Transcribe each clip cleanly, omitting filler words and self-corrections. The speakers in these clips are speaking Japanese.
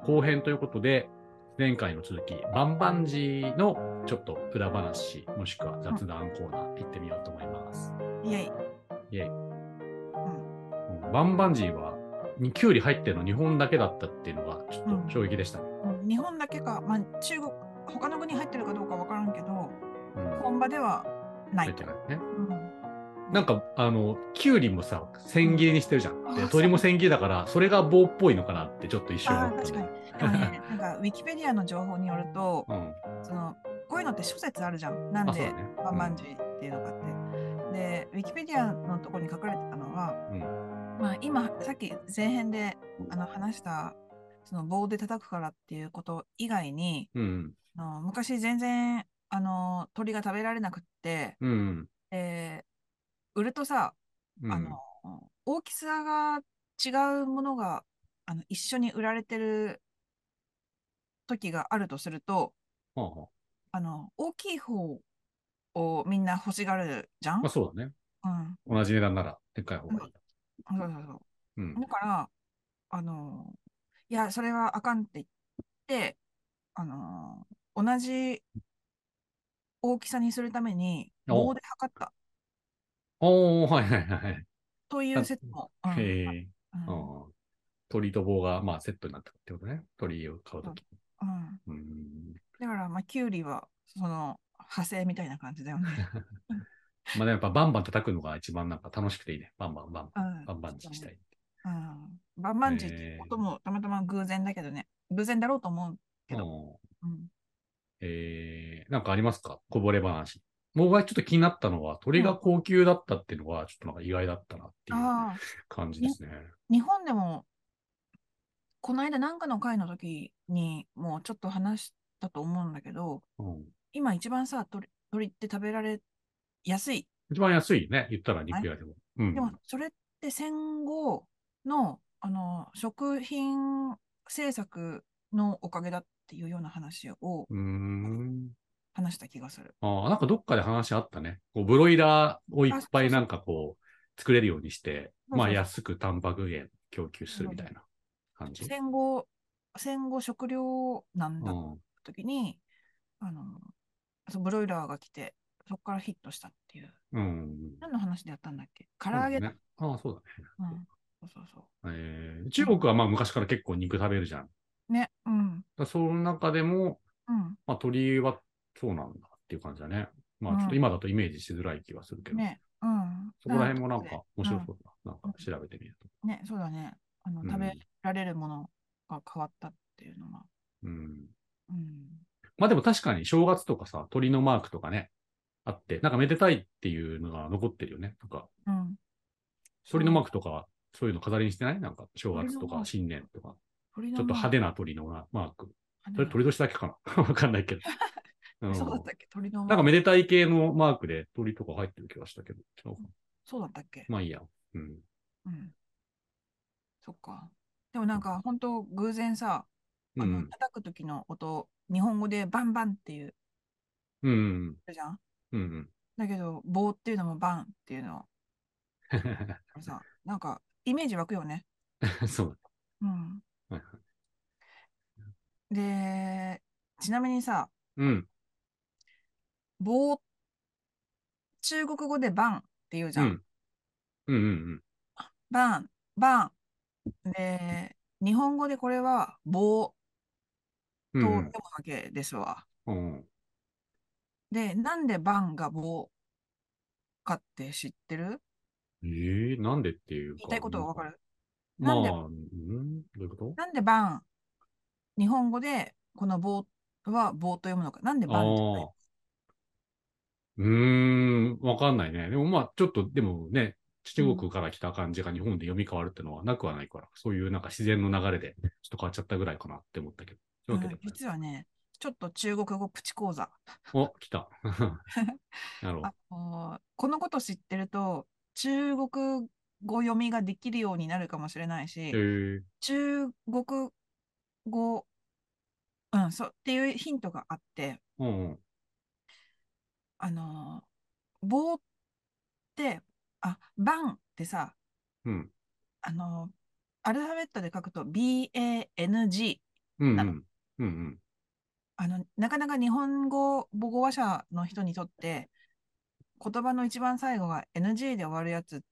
後編ということで、前回の続き、バンバンジーのちょっと裏話、もしくは雑談コーナー行ってみようと思います。 イェイ。 イェイ。バンバンジーは、キュウリ入ってるの日本だけだったっていうのがちょっと衝撃でしたね。 日本だけか、まあ、他の国入ってるかどうかわからんけど、本場ではないと。 入ってないね。なんか、キュウリもさ、千切りにしてるじゃん。で、鶏も千切りだから、それが棒っぽいのかなってちょっと一瞬思ったんだよ。 確かに。でもね、なんか、ウィキペディアの情報によると、こういうのって諸説あるじゃん。なんで、バンバンジーっていうのかって。で、ウィキペディアのところに書かれてたのは、まあ、今、さっき前編で話した、その棒で叩くからっていうこと以外に、昔全然、鳥が食べられなくって、売るとさ、大きさが違うものが一緒に売られてる時があるとすると、大きい方をみんな欲しがるじゃん。 まあそうだね。同じ値段ならでっかい方がいい。 そうそうそう。だから、いや、それはあかんって言って、同じ大きさにするために棒で測ったはいはいはい。 という説も。 鳥と棒がまあセットになったってことね。鳥を買うとき。 だから、まあ、キュウリは、その、派生みたいな感じだよね。 まあね、やっぱバンバン叩くのが一番なんか楽しくていいね。バンバンバンバン。バンバンジーしたい。 バンバンジーってこともたまたま偶然だけどね。偶然だろうと思うけど。 なんかありますか、こぼれ話。僕がちょっと気になったのは、鳥が高級だったっていうのは、ちょっとなんか意外だったなっていう感じですね。 日本でも、この間なんかの会の時にもうちょっと話したと思うんだけど、今一番さ、鳥って食べられやすい。 一番安いね、言ったら肉屋でも。 でも、それって戦後の、食品政策のおかげだっていうような話を話した気がする。 なんかどっかで話あったね。こうブロイラーをいっぱいなんかこう作れるようにして、まあ安くタンパク源供給するみたいな感じ。 戦後食糧難だった時に、ブロイラーが来て、そこからヒットしたっていう。何の話でやったんだっけ？唐揚げだ。 そうだね。 そう。 中国はまあ昔から結構肉食べるじゃん。 ね。 その中でも、まあ鳥はそうなんだっていう感じだね。まあちょっと今だとイメージしづらい気はするけど。そこら辺もなんか面白そうだな。なんか調べてみると。 ね、そうだね。食べられるものが変わったっていうのは。 まあでも確かに正月とかさ、鳥のマークとかね、あって、なんかめでたいっていうのが残ってるよね。なんか、鳥のマークとか、そういうの飾りにしてない？なんか正月とか新年とか、ちょっと派手な鳥のマーク。それ鳥年だけかなわかんないけど。 そうだったっけ？鳥のマーク。 なんかめでたい系のマークで鳥とか入ってる気がしたけど。 そうだったっけ？ まあいいや。 そっか。でもなんか本当偶然さ、叩く時の音、日本語でバンバンっていう、じゃん。だけど、棒っていうのもバンっていうのさ、なんかイメージ湧くよね。 そうだ。で、ちなみにさ、棒、中国語でバンって言うじゃん。バン、バン。で、日本語でこれは棒と読むわけですわ。で、なんでバンが棒かって知ってる？ なんでっていうか、 言いたいことはわかる？ まあ、 なんで、 どういうこと？ なんでバン、日本語でこの棒は棒と読むのか。なんでバンって言う？ わかんないね。でもまあ、ちょっと、でもね、中国から来た感じが日本で読み変わるってのはなくはないから、そういうなんか自然の流れでちょっと変わっちゃったぐらいかなって思ったけど。そういうわけで実はね、ちょっと中国語プチ講座。 来た。なるほど。 このこと知ってると、中国語読みができるようになるかもしれないし、中国語、そうっていうヒントがあって、棒って、バンってさ、アルファベットで書くと BANG。 うんうん。うんうん。 なかなか日本語母語話者の人にとって、言葉の一番最後が NG で終わるやつって、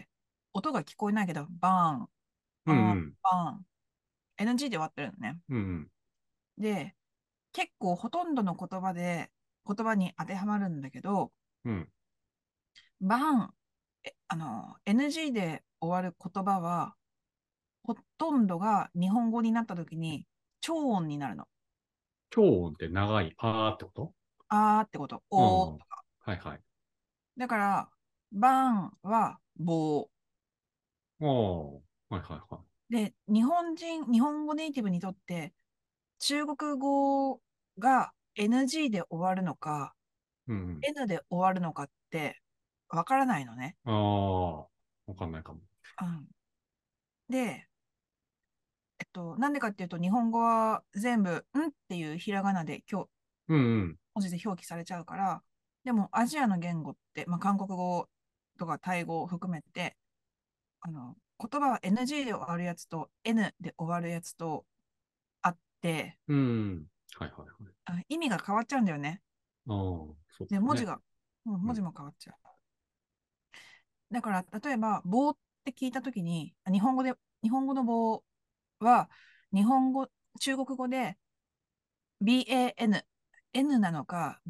音が聞こえないけど、バーン、 うんうあー、 ん。 バーン、NG で終わってるのね。 うんうん。 で、結構ほとんどの言葉に当てはまるんだけど、 うん。 バーン、NG で終わる言葉は、ほとんどが日本語になった時に超音になるの。 超音って長い、あーってこと？ あーってこと。 うん。 おーとか。 はいはい。 だから、バーンは棒。 おー。はいはいはい。 で、日本語ネイティブにとって、中国語が NG で終わるのか、 うんうん。 N で終わるのかってわからないのね。 ああ、わかんないかも。 うん。で、なんでかっていうと、日本語は全部、んっていうひらがなでうんうん。 文字で表記されちゃうから、でもアジアの言語って、まあ、韓国語とかタイ語を含めて、言葉は NG で終わるやつと N で終わるやつとあって、 うん。はいはいはい。 意味が変わっちゃうんだよね。 ああ、そうで、 だね。 文字うん。 も変わっちゃう。だから、例えば、棒って聞いたときに、日本語の棒は、日本語、中国語で BAN、N なのか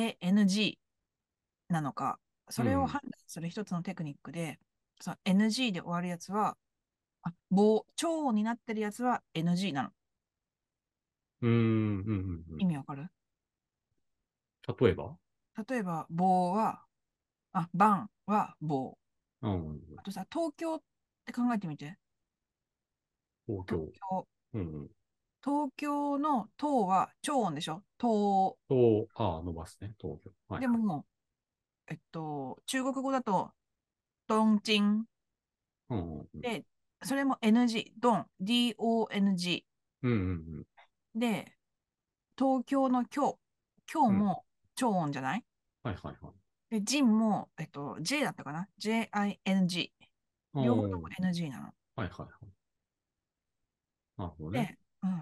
BANG なのか、それをうん。 判断する一つのテクニックで、その NG で終わるやつは、超音になってるやつは NG なの。 うん。うん。うん。 意味わかる？ 例えば？ 例えば、バンは棒。 うん。 あとさ、東京って考えてみて。東東京。 京。 うん。 東京の東は超音でしょ？東。 伸ばすね。東京。はいはい。 でも、中国語だと、ドンチンうん。うん。 で、それも NG、ドン、DONG うん。うん。 で、東京の今うん。 日も超音じゃない？ はいはいはい。 で、ジンも、J だったかな？ JING。 お両方ともー。 NG なの。 はいはいはい。なるほどね。 で、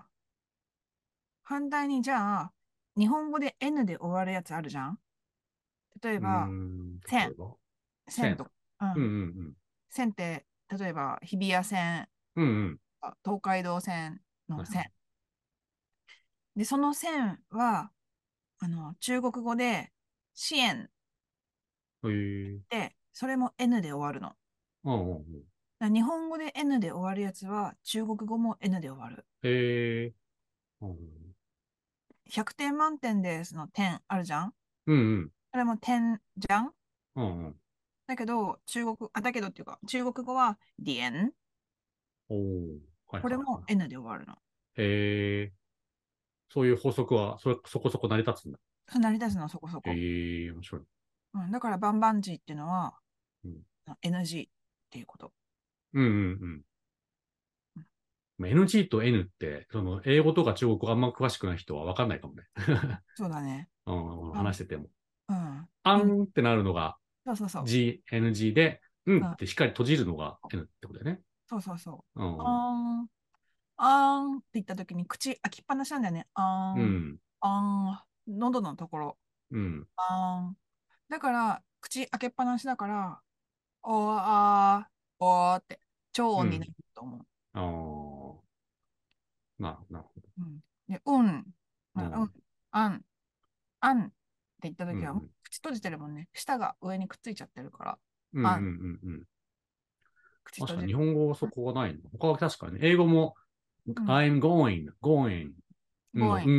反対にじゃあ、日本語で N で終わるやつあるじゃん。例えうーば、 ん。例え線、 ば？線。 線とか、ううんうん。 ん線って、例えば、日比谷線、 うん。うんうん。 東海道線の線。 はいはで、その線は、中国語で、支援い。へえ。 で、それも N で終わるの。 うんうんうん。 だから日本語で N で終わるやつは、中国語も N で終わる。 へえ。うん 100点満点ですの点あるじゃん。 うんうん。 それも点じゃん。 うんうん。 だけどっていうか、中国語はディエン。 おー。はいこれもはいは N で終わるの。 い。へえ。そういう法則はそこそこ成り立つんだ。 そう成り立つのはそこそこ。 へえ、面白い。 うん、だからバンバンジーっていうのはうん。 NG っていうこと。 うんうんうん。まあ NG と N って、英語とか中国語あんま詳しくない人はわかんないかもね。 そうだね。 うん、 あ、 話してても。 うん。 あんってなるのがそうそうそう。 G、NG で、うんうん。 ってしっかり閉じるのが N ってことだよね。 そうそうそう。 うん。 あーん、あーんって言ったときに口開きっぱなしなんだよね。あーん、 うん。 あーん、喉のところ。 うん。 あーん。だから、口開けっぱなしだから、おー、あー、おーって、超音になるうん。 と思う。 ああ、なるほど。 うん。で、うん、うん、 うん。 あん、あんって言ったときは、 うん。 口閉じてるもんね。舌が上にくっついちゃってるから、 うん。うん。 あん、 うん。うん。確かに日口閉じる。 本語はそこがないの。他は確かに、英語もうん、 I'm going の、 ごえん。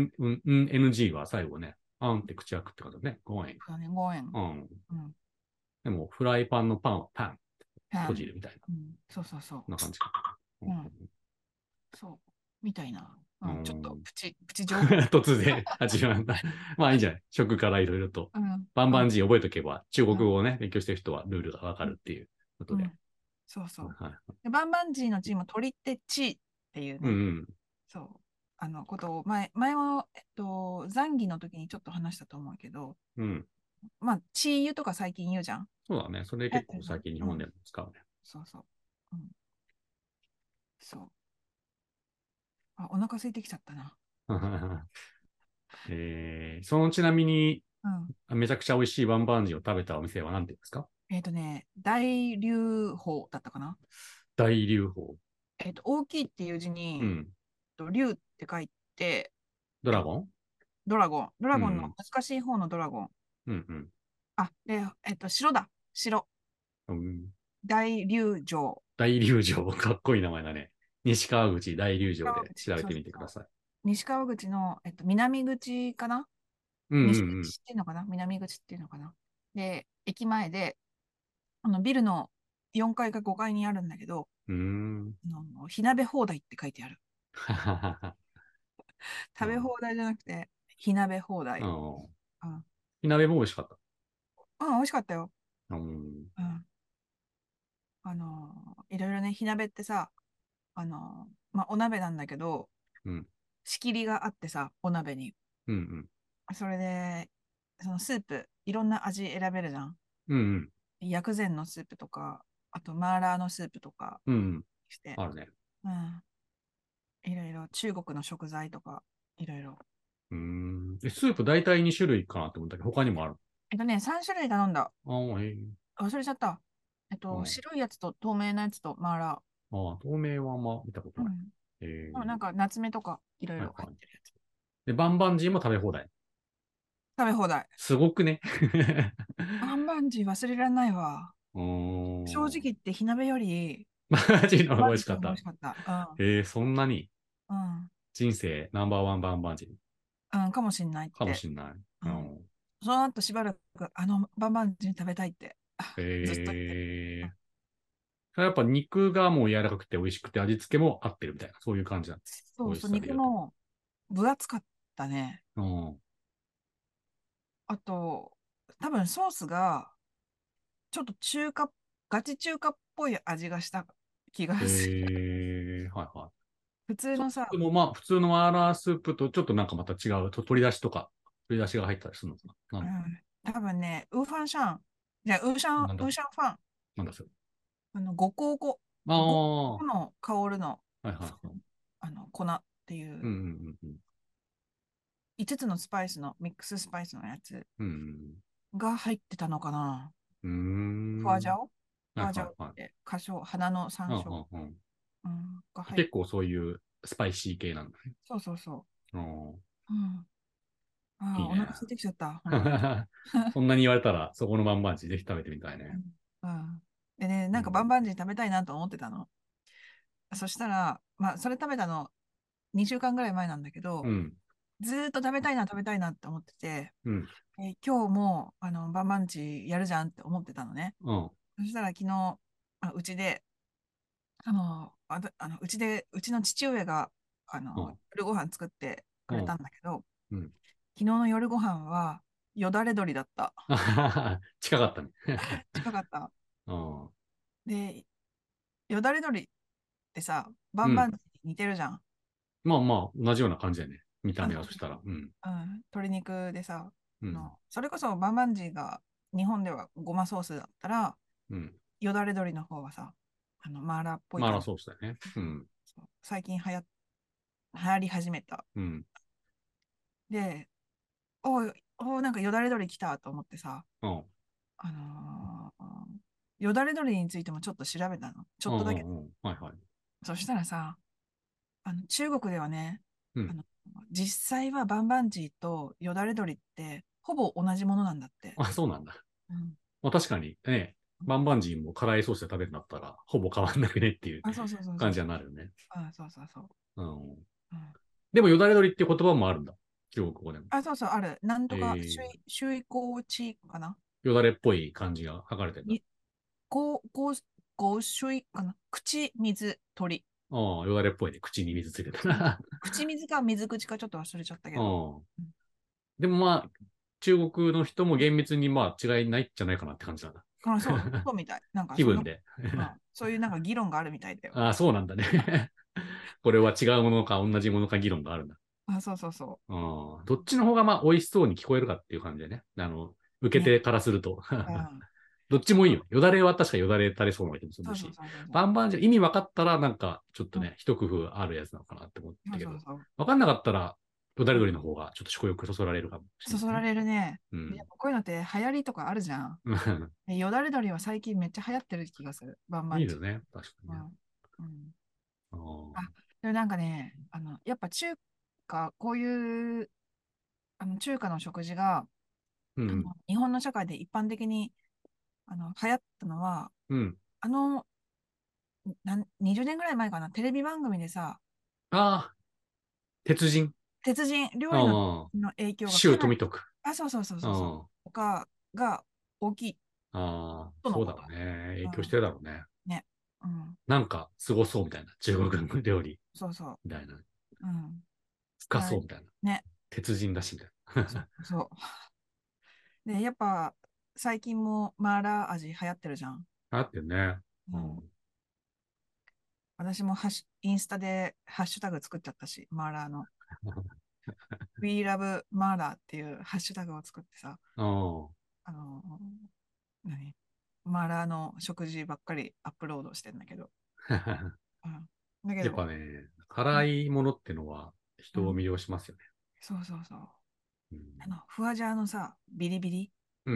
NG は最後ね、あんって口開くってことね。going。 そうだね、ごえん。 うん。 うん、 でも、フライパンのパンはパン。閉じパン。 るみたいな。 うん、そうそうそこんな感じか。うう。うん。 ん、そう。みたいな。ううん、ちょっとん。 プチ情報。 突然始まった。まあいいんじゃない？食からいろいろと。 うん、 バンうん、 バンジー覚えとけば、中国うん、 語をね、勉強してる人はルールがわかるっていうことで。 うん。そうそう。 はい。 でバンバンジーのチーム、鳥ってチーっていうね、 うんうん。 そう、ことを前も、残儀の時にちょっと話したと思うけど、 うん。 まあ、チーユとか最近言うじゃん。 そうだね。それ流行ってるじゃん。 結構最近日うん。 本でも使うね。 そうそう。うん。そう。 あ、お腹空いてきちゃったな。 そのちなみに、 うん。 めちゃくちゃ美味しいバンバンジーを食べたお店は何て言うんですか？ 大流宝だったかな。 大流宝。 大きいっていう字に、 うん。 龍って書いて、えドラゴン。 ドラゴン。ドラゴンのうん難しい方のドラゴン。 うん。うんあ、で、城だ。城。 うん。 大龍城。 大龍城。かっこいい名前だね。西川口大龍城で調べてそうそうそう。 みてください。 西川口の、南口かな。 うんう西んうん。 口っていうのかな、南口っていうのかな。で、駅前で、ビルの4階か5階にあるんだけど、 うーん。 火鍋放題って書いてある。 はははは。 食べ放題じゃなくて、火鍋放題。 うん。 うん。 火鍋も美味しかっうん、美味しかったよ。 た。うん。 うん。いろいろね、火鍋ってさ、まあ、お鍋なんだけど、 うん。 仕切りがあってさ、お鍋に。 うん。 それで、そのスープ、いろんな味選べるじゃん。 うん。うん。 薬膳のスープとか、あとマーラーのスープとかうん。 して、 あるね。 うん。いろいろ中国の食材とか、いろいろ。 うーん。スープ大体2種類かなって思ったけど、他にもある？ 3種類頼んだ。 ああ、 忘れちゃった。 うん。 白いやつと透明なやつとマーラああ、透明はあんま見たことー。うない。 ん。 えなんか、夏目とか、いろいろはいはい。 入ってるやつ。 で、バンバンジーも食べ放題。 食べ放題。 すごくね。 バンバンジー忘れられないわ。 うー正直ん。 言って火鍋より、 マジの美バンバンジーの方が美味味しかった。 しかった。 そんなにうん。うん。 人生ナンバーワンバンバンジーうん、かもしんないっかもて。 しんない。 うん。 うん。 その後しばらく、バンバンジー食べたいって、ずっと言ってる。うん。 それやっぱ肉がもう柔らかくて美味しくて味付けも合ってるみたいな、そういう感じなんです。美味しそうそう、 さで言うと。 肉も分厚かったね。 うん。 あと、多分ソースが、ちょっとガチ中華っぽい味がした気がする。 はいはい。 普通のさ、 でもまあ、普通のマーラースープとちょっとなんかまた違う、取り出しとか、取り出しが入ったりするのかな。 多分ね、ウーファンシャン、じゃあなんだ、 ウーシャンファン、 なんだそれ。 五香粉、 ああ、は五の香るの、 いはいはい。 粉っていうんうう、 んうん 5つのスパイスの、ミックススパイスのやつうん。 が入ってたのかな。 うん。うーん。 フォアジャオフはいォアジャオっはいはい。 て、花の山うん椒、 うんうん。 うん、が入っ結構そういうスパイシー系なんだね。 そうそうそうん。 う。うん。ああ、お腹いいね。 空いてきちゃった、本当に。 そんなに言われたら、そこのバンバンジーぜひ食べてみたいね。 うん。でね、なんかバンうん。 バンジー食べたいなと思ってたの。そしたら、まあ、それ食べたの2週間ぐらい前なんだけど、 うん。 ずーっと食べたいなって思ってて、 うん。 今日も、バンバンジーやるじゃんって思ってたのね。 うん。 そしたら昨日、うちで、うちで、うちの父上が、 うん。 夜ご飯作ってくれたうん。 んだけど、 うん。 昨日の夜ご飯は、よだれ鶏だった。 近かったね。 近かった。 うん。 で、よだれ鶏ってさ、バうん。 ンバンジーに似てるじゃん。 まあまあ、同じような感じだよね。見たあ、 目はそしたら。うん。 うん、鶏肉でさ、 うん。 それこそバンバンジーが日本ではごまソースだったら、 うん。 よだれ鶏の方はさ、マーラーっぽいまあ、 感じ。 そうだよね。うん。 そう最近流行り始めた。 うん。 で、なんかよだれ鶏来たと思ってさ、 うん。 あのーよだれ鶏についてもちょっと調べたの。ちょうん。 っとだけ。 うん。はいはい。 そしたらさ、中国ではね、 うん。 あの、実際はバンバンジーとよだれ鶏ってほぼ同じものなんだって。 あ、そうなんだ。 うん。 まあ確かにね、バンバンジーも辛いソースで食べるんだったら、ほぼ変わんなくねっていうあ、そうそうそうそ感じうそう。 になるよね。 そうそうそう。 うん。 うん、 でも、よだれ鶏っていう言葉もあるんだ。中国語でも。 そうそう、ある。なんとか、 え周囲コーチかな。 よだれっぽい感じが書かれてんだ。 に、こう、こう、こう、周囲かな。口、水、鳥。 ああ、よだれっぽいね。口に水ついてたうん。 な。 口水か水口かちょっと忘れちゃったけど。 うん。 うん。 でもまあ、中国の人も厳密にまあ違いないんじゃないかなって感じなんだ。 そうみたい。なんかそんな、 気分で。 そういうなんか議論があるみたいだよ。 ああ、そうなんだね。これは違うものか同じものか議論があるんだ。 そうそうそうん。どっちの方がまあ美味しそうに聞こえるかっていう感じでね。受う。ね。 け手からすると。 うん。 どっちもいいよ。よだれは確かよだれ垂れそうな気もするし、バンバンジー意味分かったらなんかちょっとね、一工夫あるやつなのかなって思ったけど、分かんなかったらよだれ鶏の方がちょっと食欲そそられるかもしれない、 そそられるね。こういうのって流行りとかあるじゃん。よだれ鶏は最近めっちゃ流行ってる気がする。バンバンジー。 いいよね、確かにね。 でもなんかね、やっぱ中華、こういう中華の食事が、日本の社会で一般的に流行ったのは、あの20年ぐらい前かな、テレビ番組でさ、 鉄人。 料理の影響が周富徳。 そうとかが大きい。 そうだろうね。影響してるだろうね。 ね。 なんか、すごそうみたいな。中国の料理。みたいな。深そうみたいな。 ね。 鉄人だしみたいな。 そう。で、やっぱ、最近もマーラー味流行ってるじゃん。 流行ってるね。 私もインスタでハッシュタグ作っちゃったし、マーラーの。We love マーラーっていうハッシュタグを作ってさ、マーラーの食事ばっかりアップロードしてんだけど。 やっぱね、辛いものってのは人を魅了しますよね。 そう。フワジャーのさ、ビリビリ。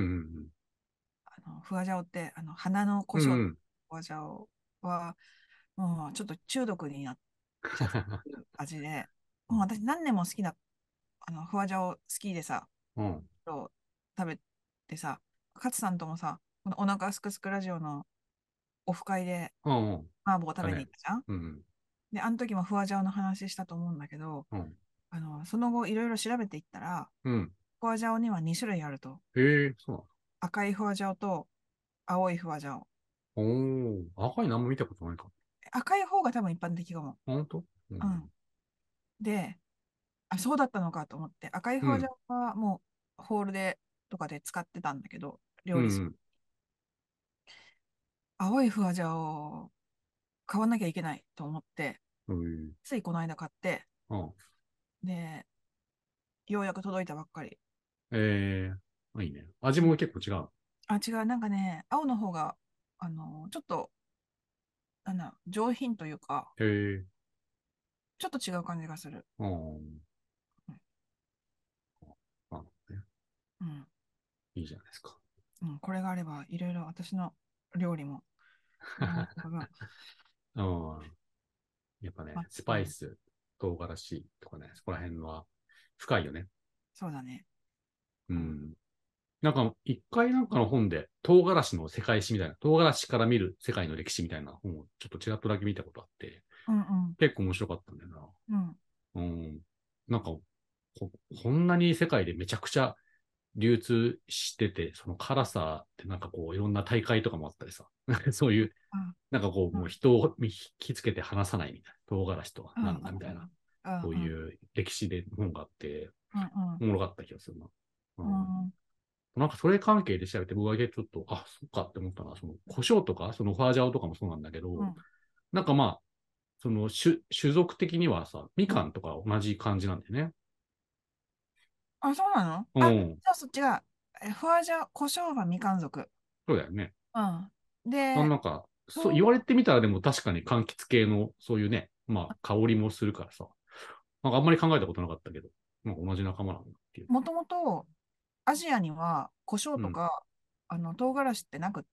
フワジャオって、花の胡椒のフワジャオは、もうちょっと中毒になっちゃってる味で、もう私何年も好きな、フワジャオ好きでさ、食べてさ、勝さんともさ、このお腹すくすくラジオのオフ会で、麻婆食べに行ったじゃん。で、あの時もフワジャオの話したと思うんだけど、その後いろいろ調べていったら、フワジャオには2種類あると。赤いフワジャオと青いフワジャオ。 赤い何も見たことないか。 赤い方が多分一般的かも。 本当？ で、そうだったのかと思って、赤いフワジャオはもうホールでとかで使ってたんだけど、料理する。青いフワジャオを買わなきゃいけないと思って、ついこの間買って、で、ようやく届いたばっかり。 いいね。味も結構違う。 違う。なんかね、青の方が、ちょっと、上品というか、ちょっと違う感じがする。 いいじゃないですか。 これがあれば、いろいろ私の料理も。 やっぱね、スパイス、唐辛子とかね、そこら辺は深いよね。 そうだね。 なんか、一回なんかの本で、唐辛子の世界史みたいな、唐辛子から見る世界の歴史みたいな本をちょっとちらっとだけ見たことあって、結構面白かったんだよな。なんかこんなに世界でめちゃくちゃ流通してて、その辛さってなんかこういろんな大会とかもあったりさ、そういう、なんかこうもう人を引きつけて離さないみたいな、唐辛子とはなんだみたいな、そういう歴史で本があって、おもろかった気がするな。なんかそれ関係で調べて僕だけちょっと、そっかって思ったのは、その胡椒とか、そのファージャオとかもそうなんだけど、なんかまあ、その種族的にはさ、みかんとか同じ感じなんだよね。 そうなの？そう、違う。フワジャオ、胡椒はみかん属。 そうだよね。 で、 なんか、そう言われてみたらでも確かに柑橘系のそういうね、まあ香りもするからさ、なんかあんまり考えたことなかったけど、なんか同じ仲間なんだっていう。 もともとアジアには胡椒とか、唐辛子ってなくって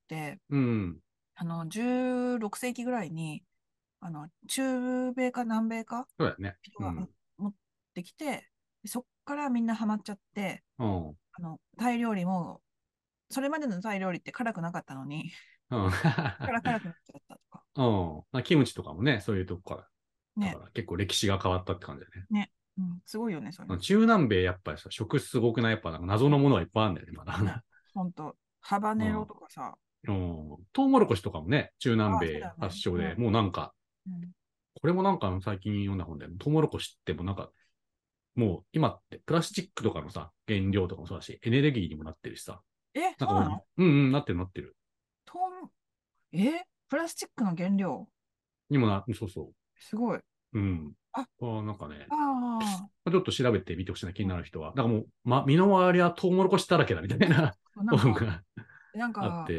、16世紀ぐらいに、中米か南米かそうだよね。 人が持ってきて、そっからみんなハマっちゃって、タイ料理も、それまでのタイ料理って辛くなかったのに、辛くなっちゃったとか。 キムチとかもね、そういうとこから。だから結構歴史が変わったって感じだね。 ね。すごいよね、それ。 中南米やっぱりさ、食すごくない？やっぱなんか謎のものがいっぱいあるんだよね、まだ。 ほんと、ハバネロとかさ。 トウモロコシとかもね、中南米発祥で、もうなんか、これもなんか最近読んだ本で、トウモロコシってもなんか、もう今ってプラスチックとかのさ、原料とかもそうだし、エネルギーにもなってるしさ。 そうなの？ なってるなってる。 プラスチックの原料にもそうそう。 すごい。 なんかね、ちょっと調べてみてほしいな、気になる人は。なんかもう、身の回りはトウモロコシだらけだみたいな本があって。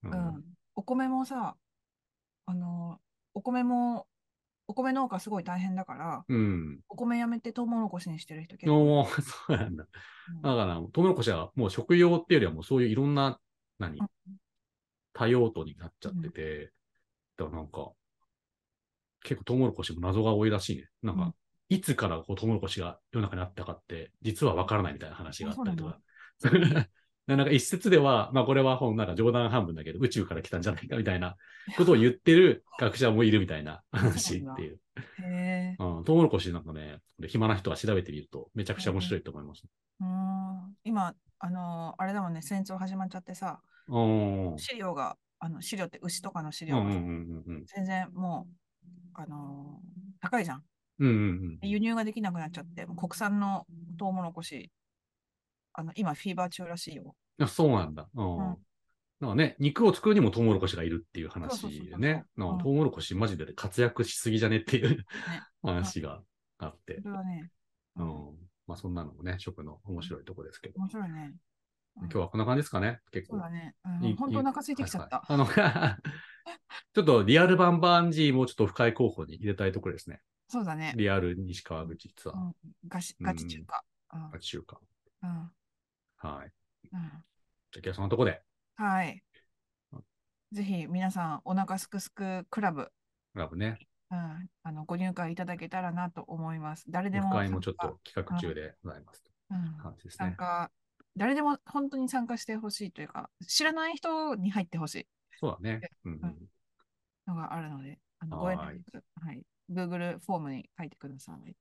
お米もさ、お米農家すごい大変だから、お米やめてトウモロコシにしてる人結構いる。 そうなんだ。だから、トウモロコシはもう食用っていうよりはもうそういういろんな、多用途になっちゃってて、だからなんか、結構トウモロコシも謎が多いらしいね。なんか、いつからこうトウモロコシが世の中にあったかって、実はわからないみたいな話があったりとか。なんか一説では、まあこれはなんか冗談半分だけど、宇宙から来たんじゃないかみたいなことを言ってる学者もいるみたいな話っていう。トウモロコシなんかね、暇な人は調べてみるとめちゃくちゃ面白いと思います。 今、あれだもんね、戦争始まっちゃってさ、飼料が、飼料って牛とかの飼料が全然もう、高いじゃん。輸入ができなくなっちゃって、国産のトウモロコシ、今、フィーバー中らしいよ。 そうなんだ。なんかね、肉を作るにもトウモロコシがいるっていう話でね、トウモロコシマジで活躍しすぎじゃねっていう話があって。まあそんなのもね、食の面白いとこですけど。 面白いね。 今日はこんな感じですかね、結構。 そうだね。本当お腹空いてきちゃった。 ちょっとリアルバンバンジーもちょっと深い候補に入れたいところですね。 そうだね。 リアル西川口ツアー。 ガチ中華。 ガチ中華。はい。じゃあ今日はそのとこで。 はい。ぜひ皆さん、お腹すくすくクラブ。 クラブね。 ご入会いただけたらなと思います。誰でも。 オフ会もちょっと企画中でございます。 参加、誰でも本当に参加してほしいというか、知らない人に入ってほしい。 そうだね。 のがあるので、ご遠慮なく、はい。Google フォームに書いてください。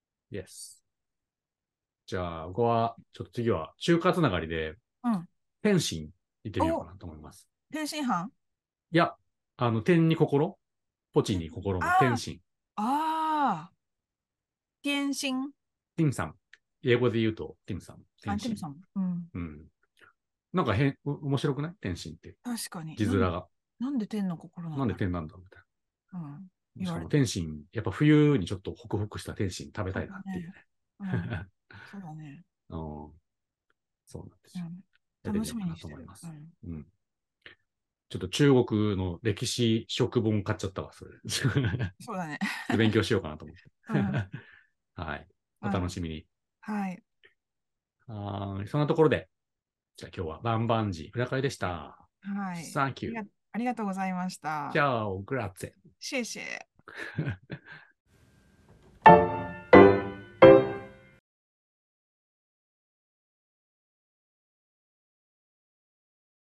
Yes。じゃあ、僕は、ちょっと次は中華つながりで、天津行ってみようかなと思います。 天津飯いや、天に心、ポチに心の天津。 天津ティムさん。英語で言うと、ティムさん。 天津。 なんか面白くない天津って。 確かに。 字面が。 なんで天の心なんだなんで天なんだみたいな。 しかも天津、やっぱ冬にちょっとホクホクした天津食べたいなっていうね。 そうだね。 そうなんですよ。 楽しみにと思います。ちょっと中国の歴史食本買っちゃったわ、それ。 そうだね。 勉強しようかなと思って。はい。お楽しみに。 はい。 そんなところで、じゃあ今日はバンバンジー裏会でした。 はい。 Thank you。 ありがとうございました。 じゃあ、グラッツェ。 シェシェ。